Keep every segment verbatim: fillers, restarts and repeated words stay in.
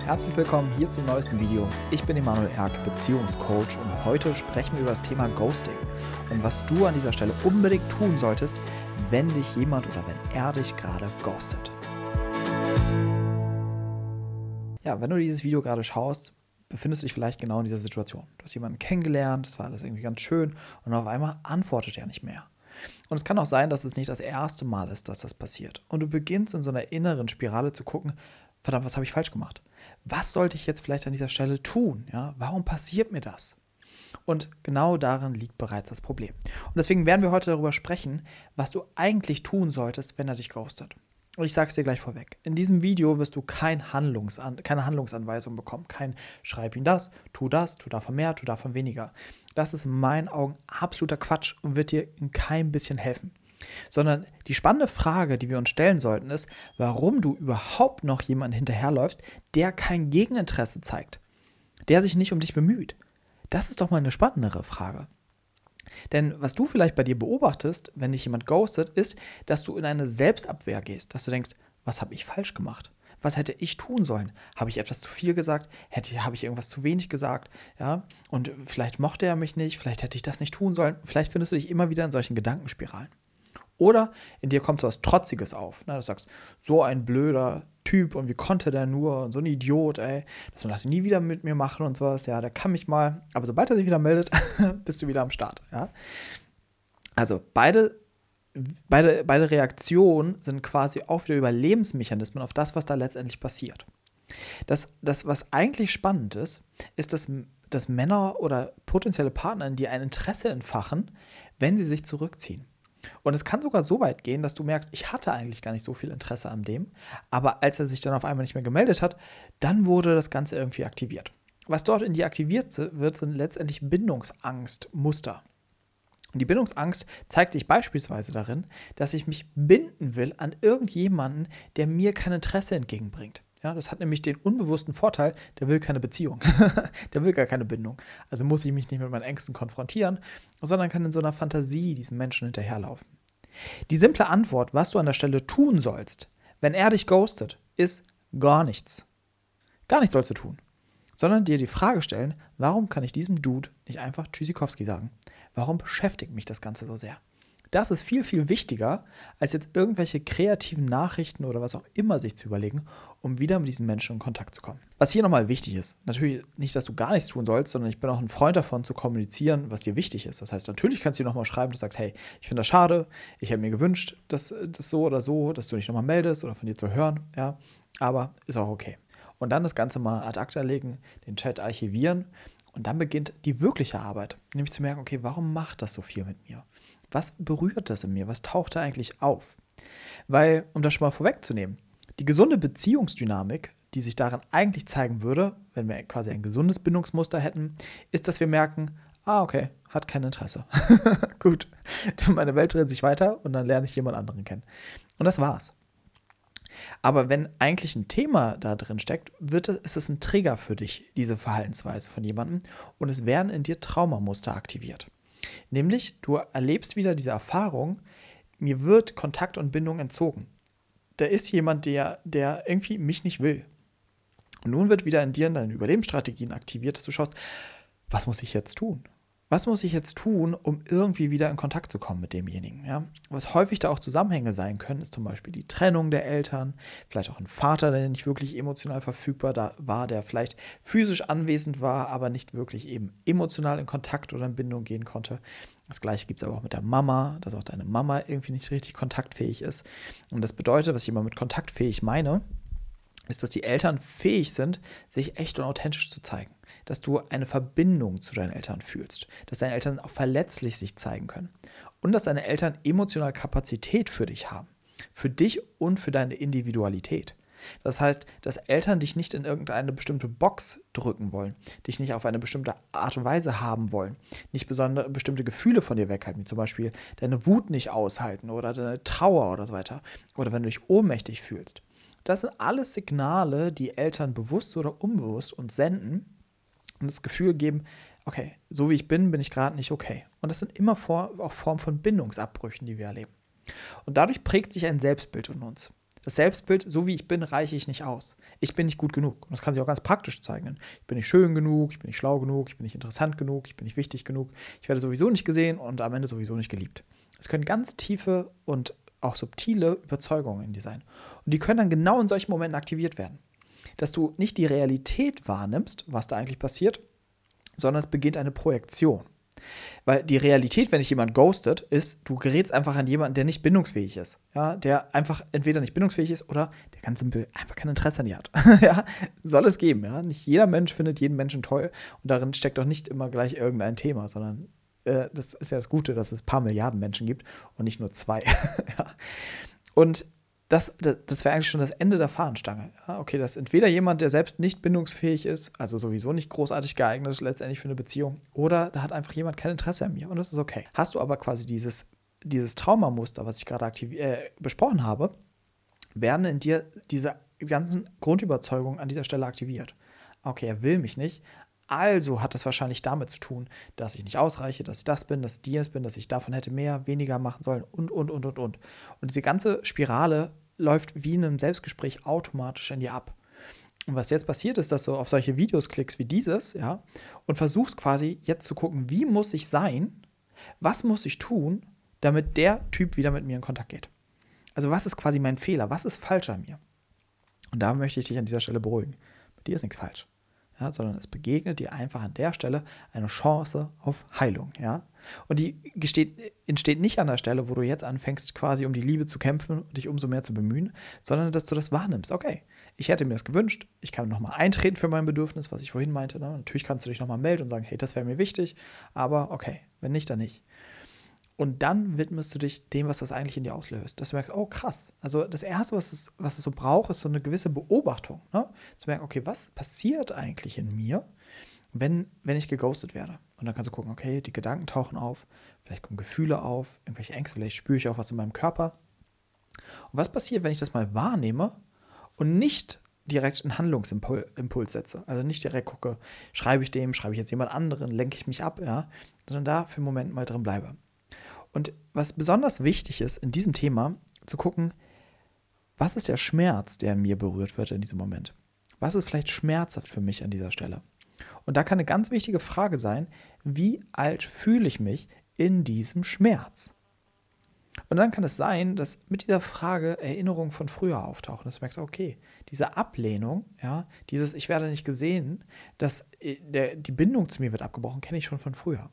Herzlich willkommen hier zum neuesten Video. Ich bin Emanuel Erk, Beziehungscoach, und heute sprechen wir über das Thema Ghosting und was du an dieser Stelle unbedingt tun solltest, wenn dich jemand oder wenn er dich gerade ghostet. Ja, wenn du dieses Video gerade schaust, befindest du dich vielleicht genau in dieser Situation. Du hast jemanden kennengelernt, das war alles irgendwie ganz schön und auf einmal antwortet er nicht mehr. Und es kann auch sein, dass es nicht das erste Mal ist, dass das passiert. Und du beginnst in so einer inneren Spirale zu gucken, verdammt, was habe ich falsch gemacht? Was sollte ich jetzt vielleicht an dieser Stelle tun? Ja, warum passiert mir das? Und genau darin liegt bereits das Problem. Und deswegen werden wir heute darüber sprechen, was du eigentlich tun solltest, wenn er dich ghostet. Und ich sage es dir gleich vorweg. In diesem Video wirst du kein Handlungsan- keine Handlungsanweisung bekommen. Kein schreib ihm das, tu das, tu davon mehr, tu davon weniger. Das ist in meinen Augen absoluter Quatsch und wird dir in kein bisschen helfen. Sondern die spannende Frage, die wir uns stellen sollten, ist, warum du überhaupt noch jemanden hinterherläufst, der kein Gegeninteresse zeigt, der sich nicht um dich bemüht. Das ist doch mal eine spannendere Frage. Denn was du vielleicht bei dir beobachtest, wenn dich jemand ghostet, ist, dass du in eine Selbstabwehr gehst, dass du denkst, was habe ich falsch gemacht? Was hätte ich tun sollen? Habe ich etwas zu viel gesagt? Hätte, habe ich irgendwas zu wenig gesagt? Ja? Und vielleicht mochte er mich nicht, vielleicht hätte ich das nicht tun sollen. Vielleicht findest du dich immer wieder in solchen Gedankenspiralen. Oder in dir kommt so was Trotziges auf. Ne? Du sagst, so ein blöder Typ und wie konnte der nur und so ein Idiot, ey, dass man das nie wieder mit mir machen und sowas. Ja, der kann mich mal, aber sobald er sich wieder meldet, bist du wieder am Start. Ja? Also beide, beide, beide Reaktionen sind quasi auch wieder Überlebensmechanismen auf das, was da letztendlich passiert. Das, das was eigentlich spannend ist, ist, dass, dass Männer oder potenzielle Partner in dir ein Interesse entfachen, wenn sie sich zurückziehen. Und es kann sogar so weit gehen, dass du merkst, ich hatte eigentlich gar nicht so viel Interesse an dem, aber als er sich dann auf einmal nicht mehr gemeldet hat, dann wurde das Ganze irgendwie aktiviert. Was dort in dir aktiviert wird, sind letztendlich Bindungsangstmuster. Und die Bindungsangst zeigt sich beispielsweise darin, dass ich mich binden will an irgendjemanden, der mir kein Interesse entgegenbringt. Ja, das hat nämlich den unbewussten Vorteil, der will keine Beziehung, der will gar keine Bindung. Also muss ich mich nicht mit meinen Ängsten konfrontieren, sondern kann in so einer Fantasie diesem Menschen hinterherlaufen. Die simple Antwort, was du an der Stelle tun sollst, wenn er dich ghostet, ist gar nichts. Gar nichts sollst du tun, sondern dir die Frage stellen, warum kann ich diesem Dude nicht einfach Tschüssikowski sagen? Warum beschäftigt mich das Ganze so sehr? Das ist viel, viel wichtiger, als jetzt irgendwelche kreativen Nachrichten oder was auch immer sich zu überlegen, um wieder mit diesen Menschen in Kontakt zu kommen. Was hier nochmal wichtig ist, natürlich nicht, dass du gar nichts tun sollst, sondern ich bin auch ein Freund davon, zu kommunizieren, was dir wichtig ist. Das heißt, natürlich kannst du dir nochmal schreiben, du sagst, hey, ich finde das schade, ich hätte mir gewünscht, dass das so oder so, dass du dich nochmal meldest oder von dir zu hören, ja, aber ist auch okay. Und dann das Ganze mal ad acta legen, den Chat archivieren und dann beginnt die wirkliche Arbeit, nämlich zu merken, okay, warum macht das so viel mit mir? Was berührt das in mir? Was taucht da eigentlich auf? Weil, um das schon mal vorwegzunehmen, die gesunde Beziehungsdynamik, die sich darin eigentlich zeigen würde, wenn wir quasi ein gesundes Bindungsmuster hätten, ist, dass wir merken, ah, okay, hat kein Interesse. Gut, meine Welt dreht sich weiter und dann lerne ich jemand anderen kennen. Und das war's. Aber wenn eigentlich ein Thema da drin steckt, wird es, ist es ein Trigger für dich, diese Verhaltensweise von jemandem, und es werden in dir Traumamuster aktiviert. Nämlich, du erlebst wieder diese Erfahrung, mir wird Kontakt und Bindung entzogen. Da ist jemand, der, der irgendwie mich nicht will. Und nun wird wieder in dir in deinen Überlebensstrategien aktiviert, dass du schaust, was muss ich jetzt tun? Was muss ich jetzt tun, um irgendwie wieder in Kontakt zu kommen mit demjenigen? Ja? Was häufig da auch Zusammenhänge sein können, ist zum Beispiel die Trennung der Eltern, vielleicht auch ein Vater, der nicht wirklich emotional verfügbar da war, der vielleicht physisch anwesend war, aber nicht wirklich eben emotional in Kontakt oder in Bindung gehen konnte. Das Gleiche gibt es aber auch mit der Mama, dass auch deine Mama irgendwie nicht richtig kontaktfähig ist. Und das bedeutet, was ich immer mit kontaktfähig meine, ist, dass die Eltern fähig sind, sich echt und authentisch zu zeigen. Dass du eine Verbindung zu deinen Eltern fühlst. Dass deine Eltern auch verletzlich sich zeigen können. Und dass deine Eltern emotional Kapazität für dich haben. Für dich und für deine Individualität. Das heißt, dass Eltern dich nicht in irgendeine bestimmte Box drücken wollen, dich nicht auf eine bestimmte Art und Weise haben wollen, nicht besondere, bestimmte Gefühle von dir weghalten, wie zum Beispiel deine Wut nicht aushalten oder deine Trauer oder so weiter. Oder wenn du dich ohnmächtig fühlst. Das sind alles Signale, die Eltern bewusst oder unbewusst uns senden und das Gefühl geben, okay, so wie ich bin, bin ich gerade nicht okay. Und das sind immer vor, auch Formen von Bindungsabbrüchen, die wir erleben. Und dadurch prägt sich ein Selbstbild in uns. Das Selbstbild, so wie ich bin, reiche ich nicht aus. Ich bin nicht gut genug. Und das kann sich auch ganz praktisch zeigen. Ich bin nicht schön genug, ich bin nicht schlau genug, ich bin nicht interessant genug, ich bin nicht wichtig genug. Ich werde sowieso nicht gesehen und am Ende sowieso nicht geliebt. Es können ganz tiefe und auch subtile Überzeugungen in dir sein. Und die können dann genau in solchen Momenten aktiviert werden. Dass du nicht die Realität wahrnimmst, was da eigentlich passiert, sondern es beginnt eine Projektion. Weil die Realität, wenn dich jemand ghostet, ist, du gerätst einfach an jemanden, der nicht bindungsfähig ist. Ja, der einfach entweder nicht bindungsfähig ist oder der ganz simpel einfach kein Interesse an dir hat. Ja, soll es geben. Ja? Nicht jeder Mensch findet jeden Menschen toll und darin steckt auch nicht immer gleich irgendein Thema, sondern äh, das ist ja das Gute, dass es ein paar Milliarden Menschen gibt und nicht nur zwei. Ja. Und Das, das, das wäre eigentlich schon das Ende der Fahnenstange. Ja, okay, das ist entweder jemand, der selbst nicht bindungsfähig ist, also sowieso nicht großartig geeignet letztendlich für eine Beziehung, oder da hat einfach jemand kein Interesse an mir und das ist okay. Hast du aber quasi dieses, dieses Traumamuster, was ich gerade aktiv, äh, besprochen habe, werden in dir diese ganzen Grundüberzeugungen an dieser Stelle aktiviert. Okay, er will mich nicht, also hat das wahrscheinlich damit zu tun, dass ich nicht ausreiche, dass ich das bin, dass ich jenes bin, dass ich davon hätte mehr, weniger machen sollen und, und, und, und, und. Und diese ganze Spirale läuft wie in einem Selbstgespräch automatisch in dir ab. Und was jetzt passiert ist, dass du auf solche Videos klickst wie dieses, ja, und versuchst quasi jetzt zu gucken, wie muss ich sein, was muss ich tun, damit der Typ wieder mit mir in Kontakt geht. Also was ist quasi mein Fehler, was ist falsch an mir? Und da möchte ich dich an dieser Stelle beruhigen. Bei dir ist nichts falsch. Ja, sondern es begegnet dir einfach an der Stelle eine Chance auf Heilung. Ja? Und die gesteht, entsteht nicht an der Stelle, wo du jetzt anfängst, quasi um die Liebe zu kämpfen und dich umso mehr zu bemühen, sondern dass du das wahrnimmst. Okay, ich hätte mir das gewünscht, ich kann nochmal eintreten für mein Bedürfnis, was ich vorhin meinte. Ne? Natürlich kannst du dich nochmal melden und sagen, hey, das wäre mir wichtig, aber okay, wenn nicht, dann nicht. Und dann widmest du dich dem, was das eigentlich in dir auslöst. Dass du merkst, oh krass. Also das Erste, was es, was es so braucht, ist so eine gewisse Beobachtung. Ne? Zu merken, okay, was passiert eigentlich in mir, wenn, wenn ich geghostet werde? Und dann kannst du gucken, okay, die Gedanken tauchen auf, vielleicht kommen Gefühle auf, irgendwelche Ängste, vielleicht spüre ich auch was in meinem Körper. Und was passiert, wenn ich das mal wahrnehme und nicht direkt einen Handlungsimpuls setze? Also nicht direkt gucke, schreibe ich dem, schreibe ich jetzt jemand anderen, lenke ich mich ab, ja? Sondern da für einen Moment mal drin bleibe. Und was besonders wichtig ist in diesem Thema, zu gucken, was ist der Schmerz, der in mir berührt wird in diesem Moment? Was ist vielleicht schmerzhaft für mich an dieser Stelle? Und da kann eine ganz wichtige Frage sein, wie alt fühle ich mich in diesem Schmerz? Und dann kann es sein, dass mit dieser Frage Erinnerungen von früher auftauchen. Dass du merkst, okay, diese Ablehnung, ja, dieses ich werde nicht gesehen, dass der, die Bindung zu mir wird abgebrochen, kenne ich schon von früher.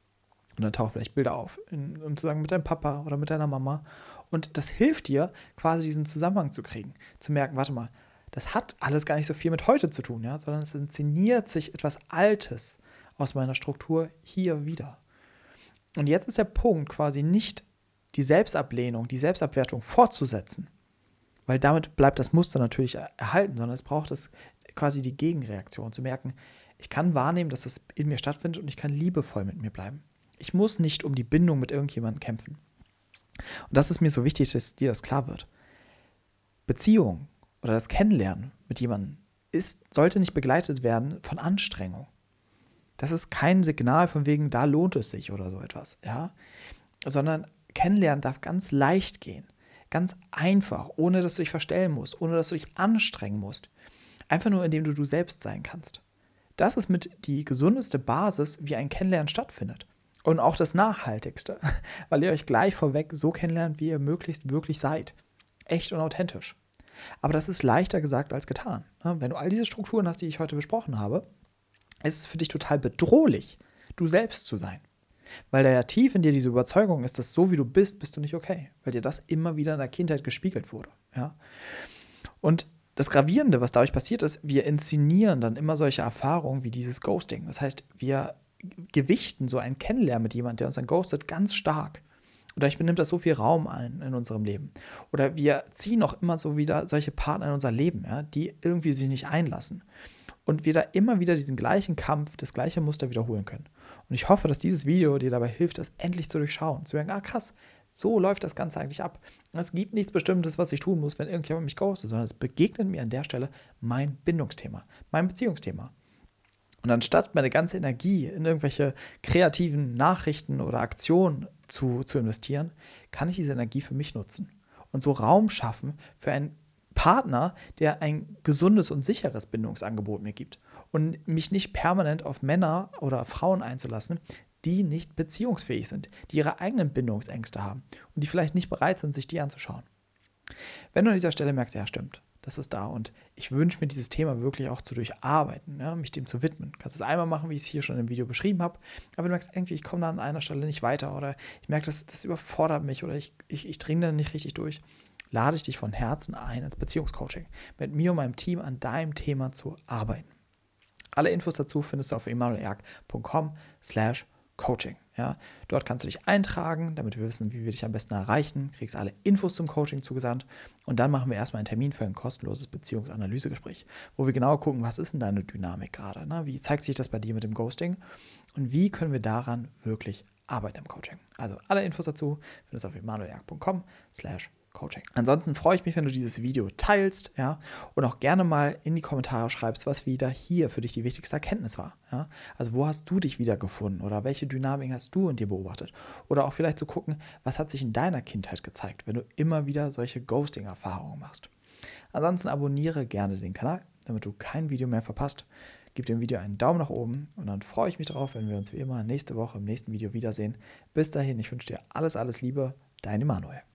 Und dann tauchen vielleicht Bilder auf, in, um zu sagen, mit deinem Papa oder mit deiner Mama. Und das hilft dir, quasi diesen Zusammenhang zu kriegen. Zu merken, warte mal, das hat alles gar nicht so viel mit heute zu tun, ja, sondern es inszeniert sich etwas Altes aus meiner Struktur hier wieder. Und jetzt ist der Punkt, quasi nicht die Selbstablehnung, die Selbstabwertung fortzusetzen, weil damit bleibt das Muster natürlich erhalten, sondern es braucht es quasi die Gegenreaktion, zu merken, ich kann wahrnehmen, dass das in mir stattfindet und ich kann liebevoll mit mir bleiben. Ich muss nicht um die Bindung mit irgendjemandem kämpfen. Und das ist mir so wichtig, dass dir das klar wird. Beziehung oder das Kennenlernen mit jemandem ist, sollte nicht begleitet werden von Anstrengung. Das ist kein Signal von wegen, da lohnt es sich oder so etwas, ja? Sondern Kennenlernen darf ganz leicht gehen, ganz einfach, ohne dass du dich verstellen musst, ohne dass du dich anstrengen musst. Einfach nur, indem du du selbst sein kannst. Das ist mit die gesundeste Basis, wie ein Kennenlernen stattfindet. Und auch das Nachhaltigste, weil ihr euch gleich vorweg so kennenlernt, wie ihr möglichst wirklich seid. Echt und authentisch. Aber das ist leichter gesagt als getan. Wenn du all diese Strukturen hast, die ich heute besprochen habe, ist es für dich total bedrohlich, du selbst zu sein. Weil da ja tief in dir diese Überzeugung ist, dass so wie du bist, bist du nicht okay. Weil dir das immer wieder in der Kindheit gespiegelt wurde. Ja? Und das Gravierende, was dadurch passiert ist, wir inszenieren dann immer solche Erfahrungen wie dieses Ghosting. Das heißt, wir gewichten so ein Kennenlernen mit jemandem, der uns dann ghostet, ganz stark. Oder ich benimmt das so viel Raum ein in unserem Leben. Oder wir ziehen auch immer so wieder solche Partner in unser Leben, ja, die irgendwie sich nicht einlassen. Und wir da immer wieder diesen gleichen Kampf, das gleiche Muster wiederholen können. Und ich hoffe, dass dieses Video dir dabei hilft, das endlich zu durchschauen. Zu merken, ah krass, so läuft das Ganze eigentlich ab. Es gibt nichts Bestimmtes, was ich tun muss, wenn irgendjemand mich ghostet, sondern es begegnet mir an der Stelle mein Bindungsthema, mein Beziehungsthema. Und anstatt meine ganze Energie in irgendwelche kreativen Nachrichten oder Aktionen zu, zu investieren, kann ich diese Energie für mich nutzen und so Raum schaffen für ein Partner, der ein gesundes und sicheres Bindungsangebot mir gibt und mich nicht permanent auf Männer oder Frauen einzulassen, die nicht beziehungsfähig sind, die ihre eigenen Bindungsängste haben und die vielleicht nicht bereit sind, sich die anzuschauen. Wenn du an dieser Stelle merkst, ja stimmt, das ist da und ich wünsche mir dieses Thema wirklich auch zu durcharbeiten, ja, mich dem zu widmen. Du kannst es einmal machen, wie ich es hier schon im Video beschrieben habe, aber du merkst irgendwie, ich komme da an einer Stelle nicht weiter oder ich merke, das, das überfordert mich oder ich, ich, ich dringe da nicht richtig durch, lade ich dich von Herzen ein ins Beziehungscoaching, mit mir und meinem Team an deinem Thema zu arbeiten. Alle Infos dazu findest du auf emanuelerg punkt com slash coaching. Ja, dort kannst du dich eintragen, damit wir wissen, wie wir dich am besten erreichen, kriegst alle Infos zum Coaching zugesandt und dann machen wir erstmal einen Termin für ein kostenloses Beziehungsanalysegespräch, wo wir genau gucken, was ist denn deine Dynamik gerade, ne? Wie zeigt sich das bei dir mit dem Ghosting und wie können wir daran wirklich arbeiten im Coaching. Also alle Infos dazu findest du auf emanuelerg punkt com slash Coaching. Ansonsten freue ich mich, wenn du dieses Video teilst, ja, und auch gerne mal in die Kommentare schreibst, was wieder hier für dich die wichtigste Erkenntnis war, ja. Also wo hast du dich wiedergefunden oder welche Dynamik hast du in dir beobachtet? Oder auch vielleicht zu gucken, was hat sich in deiner Kindheit gezeigt, wenn du immer wieder solche Ghosting-Erfahrungen machst. Ansonsten abonniere gerne den Kanal, damit du kein Video mehr verpasst. Gib dem Video einen Daumen nach oben und dann freue ich mich darauf, wenn wir uns wie immer nächste Woche im nächsten Video wiedersehen. Bis dahin, ich wünsche dir alles, alles Liebe, dein Emanuel.